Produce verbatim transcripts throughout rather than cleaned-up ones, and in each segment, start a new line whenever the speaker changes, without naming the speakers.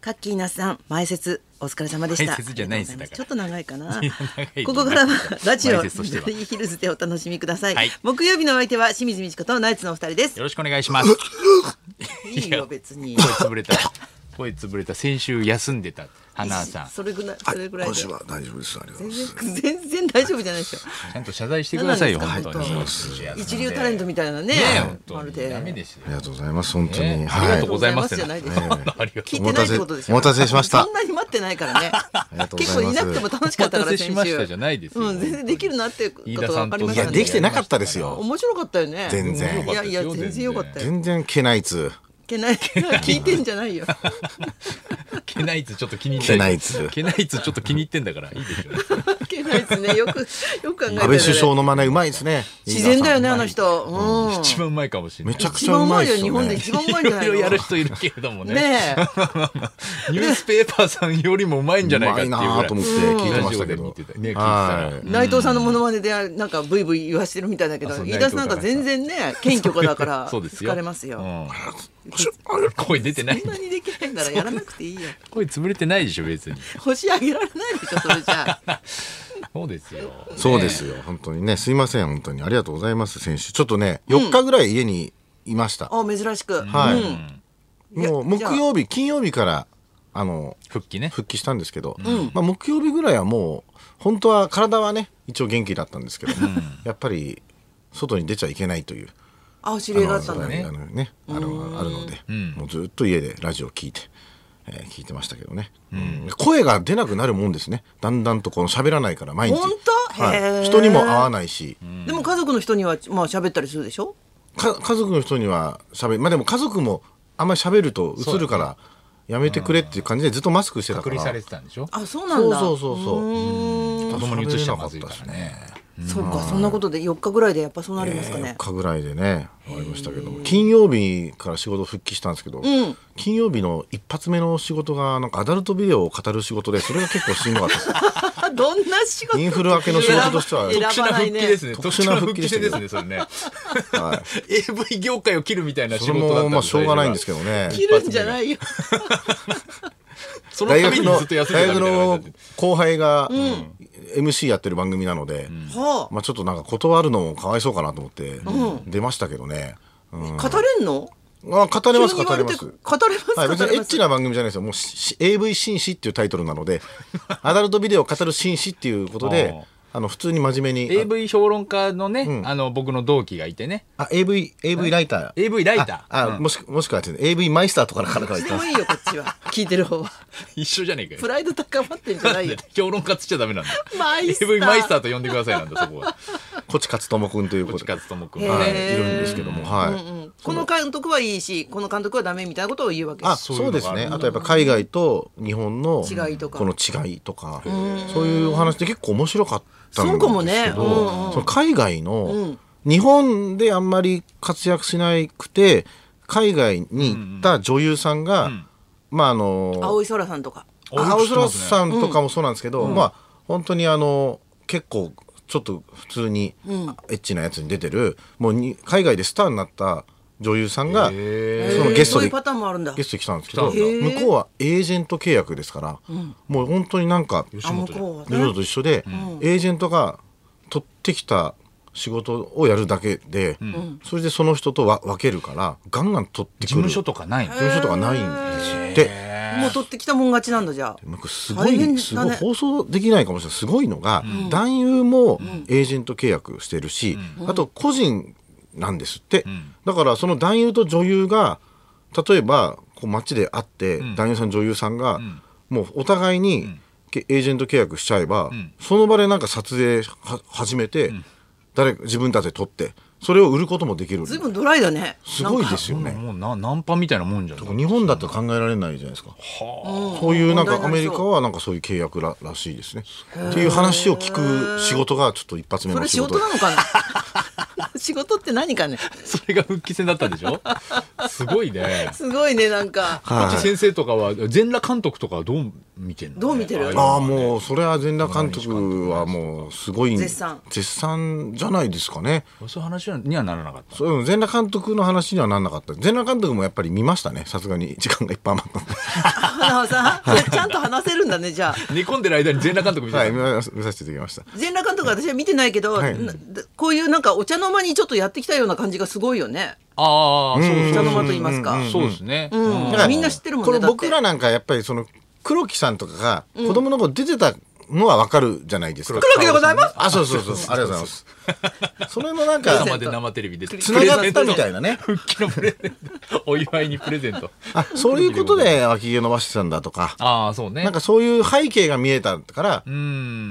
カッキーナさん、前説お疲れ様でした。
前説じゃないですだから
ちょっと長いかな。
い
ここからはラジオ
前説としては
ベリーヒルズでお楽しみください。
はい、
木曜日のお相手は清水美智子とナイツのお二人です。
よろしくお願いします。
いいよ別に。
声潰れた。声潰れた。先週休んでた花さん。
それぐらいそれぐらいで。
今週は大丈夫です。ありがとうございます。
全然全然大丈夫じゃないですよ。
ちゃんと謝罪してくださいよ本当に。
一流タレントみたいなね。
まるでダメですよ。
ありがとうございます本当に。
ありがとうございますじゃ
ないです。聞いてないってことですよ。
お待たせしました。
そんなに待ってないからね。結構いなくても楽しかったから先週。
お待たせしましたじゃないですよ。
全然できるなってことが分かりましたね。
いやできてなかったですよ。
面白かったよね。
全然。
いやいや全然良かったよ。
全然けないつ。
けない聞いてんじゃないよ。
けないつちょっと気に入った。
けないつ。
けないつちょっと気に入ってんだからいいでしょ。
けないつね、よくよく考えてる。
安倍首相の真似うまいですね。
自然だよねあの人。
一番うまいかもしれない。
めちゃくちゃうまいですよね。
日本で一番うまいんじゃないの。
いろいろやる人いるけれどもね。
ねえ。
ニュースペーパーさんよりもうまいんじゃないかっていうぐらい。
うまいなと思って聞いてましたけど。
内藤さんのモノマネでなんかブイブイ言わしてるみたいだけど、飯田さんなんか全然ね謙虚だから疲れますよ。
声出てない。
そんなにできないならやらなくていいよ。
声潰れてないでしょ別に。
星上げられないでしょそれじゃあ。
そうですよ。
そうですよ本当にねすいません本当にありがとうございます先週ちょっとねよっかぐらい家にいました。
あ珍しく。
はい。もう木曜日金曜日からあの
復帰ね
復帰したんですけど、まあ木曜日ぐらいはもう本当は体はね一応元気だったんですけど、やっぱり外に出ちゃいけないという。
あ指令があったんだね。
あのねあのあるので、もうずっと家でラジオ聞いて、えー、聞いてましたけどね、うん、声が出なくなるもんですね。だんだんとこの喋らないから毎日。
本当？
はい、人にも会わないし。
でも家族の人にはまあ喋ったりするでしょ。
か家族の人には喋まあでも家族もあんまり喋ると映るからやめてくれっていう感じでずっとマスクしてたから。
隔離されてたんでしょ。
あそうなんだ。
そうそうそうそう。
子供に移したらまずいからね。
そうかそんなことでよっかぐらいでやっぱそうなりますかね。
よっかぐらいでねありましたけど金曜日から仕事復帰したんですけど、うん、金曜日の一発目の仕事がなんかアダルトビデオを語る仕事でそれが結構しんどかったです
どんな仕事。
インフル明けの仕事としては
特殊な復帰ですね。
特殊な復帰
ですねそれね。はい、エーブイ 業界を切るみたいな仕事だったんです。
それもまあしょうがないんですけどね。
切るんじゃないよ。
大学の大学の後輩が エムシー やってる番組なので、まあちょっとなんか断るのもかわいそうかなと思って出ましたけどね。
語れんの？
あ語れます語れます。
語れます。
別にエッチな番組じゃないですよ。もう エーブイ 紳士っていうタイトルなので、アダルトビデオを語る紳士っていうことで。あの普通に真面目に
エーブイ 評論家のね、うん、あの僕の同期がいてね。
あ エーブイ エーブイ ライター
エーブイ ライター
あ、うん、もしもしくは エーブイ マイスターとかからから言ってます。
すごいよこっちは聞いてる方は
一緒じゃねえかよ。
プライド高まってんじゃないよ。
評論家つっちゃダメなんだ。
マイスター
エーブイ マイスターと呼んでくださいなんだそこは。
こち勝友くんということで、
こち勝友くん、
はい、いるんですけども、はい、うん
うん、この監督はいいしこの監督はダメみたいなことを言うわけです。
あそうですね。あとやっぱ海外と日本の
違いとか
この違いとかそういうお話って結構面白かったんですけど、
そうかもね、うんうん、
その海外の、うん、日本であんまり活躍しなくて海外に行った女優さんが、うん、まああの
青井空さんとか
青井空さんとかもそうなんですけど、うん、まあ本当にあの結構ちょっと普通にエッチなやつに出てる、うん、もうに海外でスターになった女優さんがそのゲストでゲストで来たんですけど、向こうはエージェント契約ですから、うん、もう本当になんか吉本と一緒で、うん、エージェントが取ってきた仕事をやるだけで、うん、それでその人とわ分けるからガンガン取ってくる。
事務所とかないの？
事務所とかないんですって。
もう取ってきたもん勝ちなんだじゃあ。
なんかすごい、ね、すごい放送できないかもしれない。すごいのが、うん、男優もエージェント契約してるし、うん、あと個人なんですって、うん、だからその男優と女優が例えばこう街で会って、うん、男優さん女優さんが、うん、もうお互いに、うん、エージェント契約しちゃえば、うん、その場でなんか撮影は始めて、うん、誰自分たちで撮ってそれを売ることもできる。
随分ドライだね。
すごいですよね。
もうなナンパみたいなもんじゃない。
日本だと考えられないじゃないですか。はそういうなんかアメリカはなんかそういう契約 ら, らしいですね。っていう話を聞く仕事がちょっと一発目の仕事。
それ仕事なのかな。仕事って何かね。
それが復帰戦だったんでしょ。すごいね。
すごいねなんか。
こっち先生とかは全裸監督とかはどう見てるの、ね、
どう見てる？
ああもうそれは全裸監督はもうすごい
絶賛
絶賛じゃないですかね。
そういう話にはならなかった。
そう全裸監督の話にはならなかった。全裸監督もやっぱり見ましたね。さすがに時間がいっぱい余ったんで。
花輪さんちゃんと話せるんだねじゃあ。
寝込んでる間に全裸監督見てた。
はい見させていただきました。
全裸監督は私は見てないけど、はい、こういうなんかお茶の間にちょっとやってきたような感じがすごいよね。
ああ、そう
お茶の間と言いますか。
そうですね。
みんな知ってるもんね。
これ僕らなんかやっぱりその黒木さんとかが子供の頃出てたのはわかるじゃないですか。
黒木でございます。
あ、そうそうそう。ありがとうございます。それのなんか
生で生テレビで
つながったみたいなね。
復帰のプレゼント、お祝いにプレゼント。
あ、そういうことで脇毛伸ばしてたんだとか。
ああ、そうね。
なんかそういう背景が見えたから。
うん。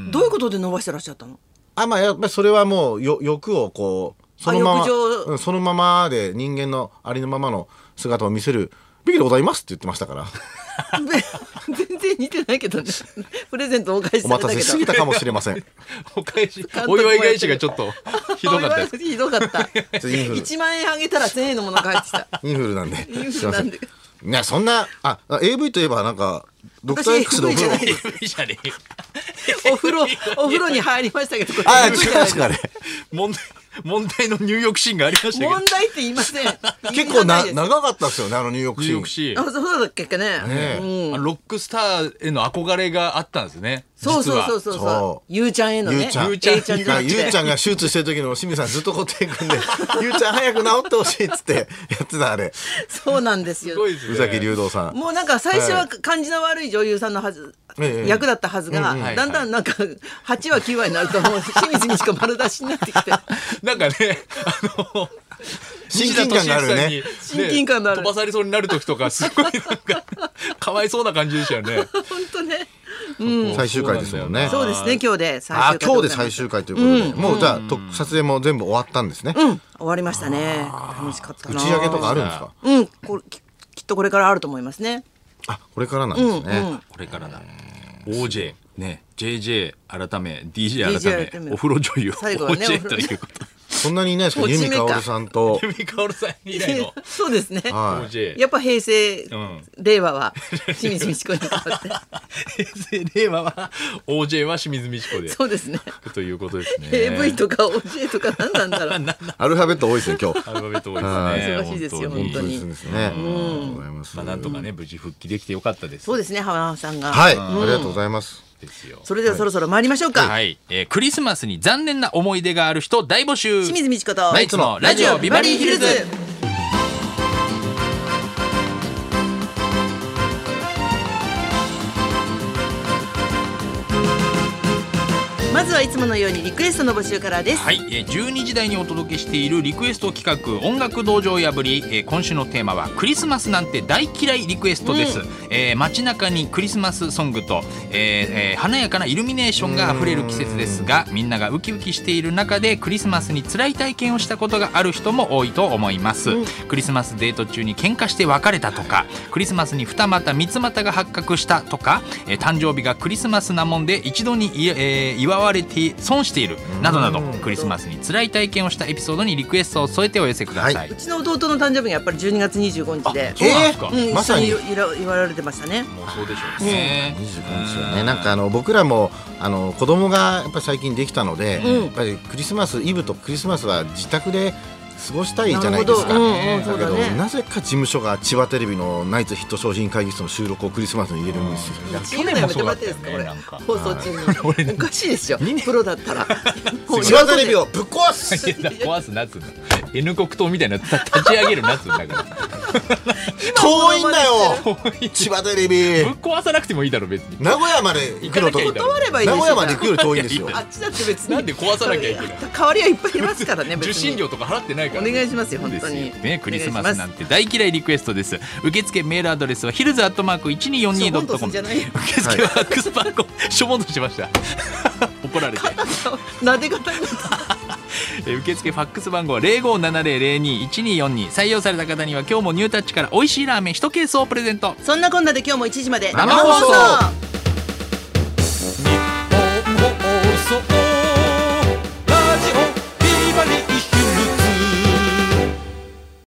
どういうことで伸ばしてらっしゃったの？
あ、まあやっぱりそれはもうよ欲をこうそのまま、
うん、
そのままで人間のありのままの姿を見せるべきでございますって言ってましたから。
全然似てないけどね。プレゼントお返しされたけど。
お待たせしすぎたかもしれません。
お返し、お祝い返しがちょっとひどかったです。
ひどかった。いちまんえんあげたらせんえんのものが入ってきた。
インフルなんで。
インフルなんで。
いやそんなあ エーブイ といえばなんかドクター X のお風呂。
エーブイ じゃね
え。お風呂お風呂に入りましたけど。
あ、違いますかね。
問題問題の入浴シーンがありましたけど。
問題って言いません。
結構な長かったですよねあの入浴シーン。
入浴シーン。
あ、そうだっけね。
ね、うん、ロックスターへの憧れがあったんですね。
そうそうそうそうそう。ゆうちゃんへのね。
ゆうちゃん。ゆうちゃん。ゆうちゃんが手術してる時の清水さんずっとこう手組んで、ゆうちゃん早く治ってほしいっつってやってたあれ。
そうなんですよ。
宇崎竜童さん。
もうなんか最初は感じの悪い女優さんのはず。役だったはずが、だんだんなんかはちわきゅうわになるともう清水にしか丸出しになってきて
なんかねあの
親近感があるね。
親近感のある
飛ばされそうになる時とかすごいなんかかわいそうな感じでしたよね。
本当ね。
うん、最終回ですよね。
そうですね今日で最終回。
あ、今日で最終回ということで、うん、もうじゃあと撮影も全部終わったんですね。
うん、終わりましたね。楽しかったな。
打ち上げとかあるんですか？
うん、こき、きっとこれからあると思いますね。
あ、これからなんですね。うんうん、
これからだ。オージェー ね ジェイジェー 改め ディージェー 改めお風呂女優
最後はね
オージェー ということ。
そんなにいないですか？由美かおるさんと
由美かおるさん以来の
そうですね、
は
い、オージェー
やっぱ平成、うん、令和は清水美智子に変わって
平成令和は オージェー は清水美智子で
そうですね
ということですね。
エーブイ とか オージェー とか何なんだろう
アルファベット多いですね今日。
アルファベット多いですね。
忙しいですよ本当に。
まあなんとかね無事復帰できてよかったです。
そうですね浜さんが
はい、うん、ありがとうございます。
ですよ。
それではそろそろ参りましょうか。
はい、えー、クリスマスに残念な思い出がある人大募集。
清水美智子と
ナイツのラジオビバリーヒルズ。
まずはいつものようにリクエストの募集からです。
はい、えー、じゅうにじ台にお届けしているリクエスト企画音楽道場破り、えー、今週のテーマはクリスマスなんて大嫌いリクエストです、うん、えー、街中にクリスマスソングと、えーえー、華やかなイルミネーションがあふれる季節ですが、みんながウキウキしている中でクリスマスに辛い体験をしたことがある人も多いと思います、うん、クリスマスデート中に喧嘩して別れたとか、クリスマスに二股三股が発覚したとか、えー、誕生日がクリスマスなもんで一度に、えー、祝われて損しているなどなど、クリスマスに辛い体験をしたエピソードにリクエストを添えてお寄せください、はい、
うちの弟の誕生日がやっぱりじゅうにがつにじゅうごにちで、
そうなんですか、
うん、まさに言われてましたね。
もうそうでしょうね、
うん、にじゅうごにちはね、なんかあの僕らもあの子供がやっぱり最近できたので、うん、やっぱりクリスマスイブとクリスマスは自宅で過ごしたいじゃないですか。
うんうん、
だけど、ね、なぜか事務所が千葉テレビのナイツヒット商品会議室の収録をクリスマスに入れるんですよ。
うん、去年もそうだったよね。なんか放送中におかしいですよ。プロだったら
千葉テレビをぶっ壊す。
壊すなつんだ。N 国党みたいな立ち上げるなつんだから。
遠いんだよ。千葉テレビ。
ぶっ壊さなくてもいいだろ別に。
名古屋まで行くのと
断ればいいですよ。
名古屋まで行くより遠いんですよ。
あっちだって別に。
なんで壊さなきゃいけない。
代わりはいっぱいいますからね。
受信料とか払ってないから。
お願いしますよ本当に。
ね、クリスマスなんて大嫌いリクエストです。受付メールアドレスはヒルズアットマークいちにーよんにードットコム。受付はファックス番号しょぼんとしました。怒られて。
なで方になった。
受付ファックス番号はゼロごーななゼロゼロにーいちにーよんにー。採用された方には今日もニュータッチから美味しいラーメンいちケースをプレゼント。
そんなこんなで今日もいちじまで
生放送。
日本放送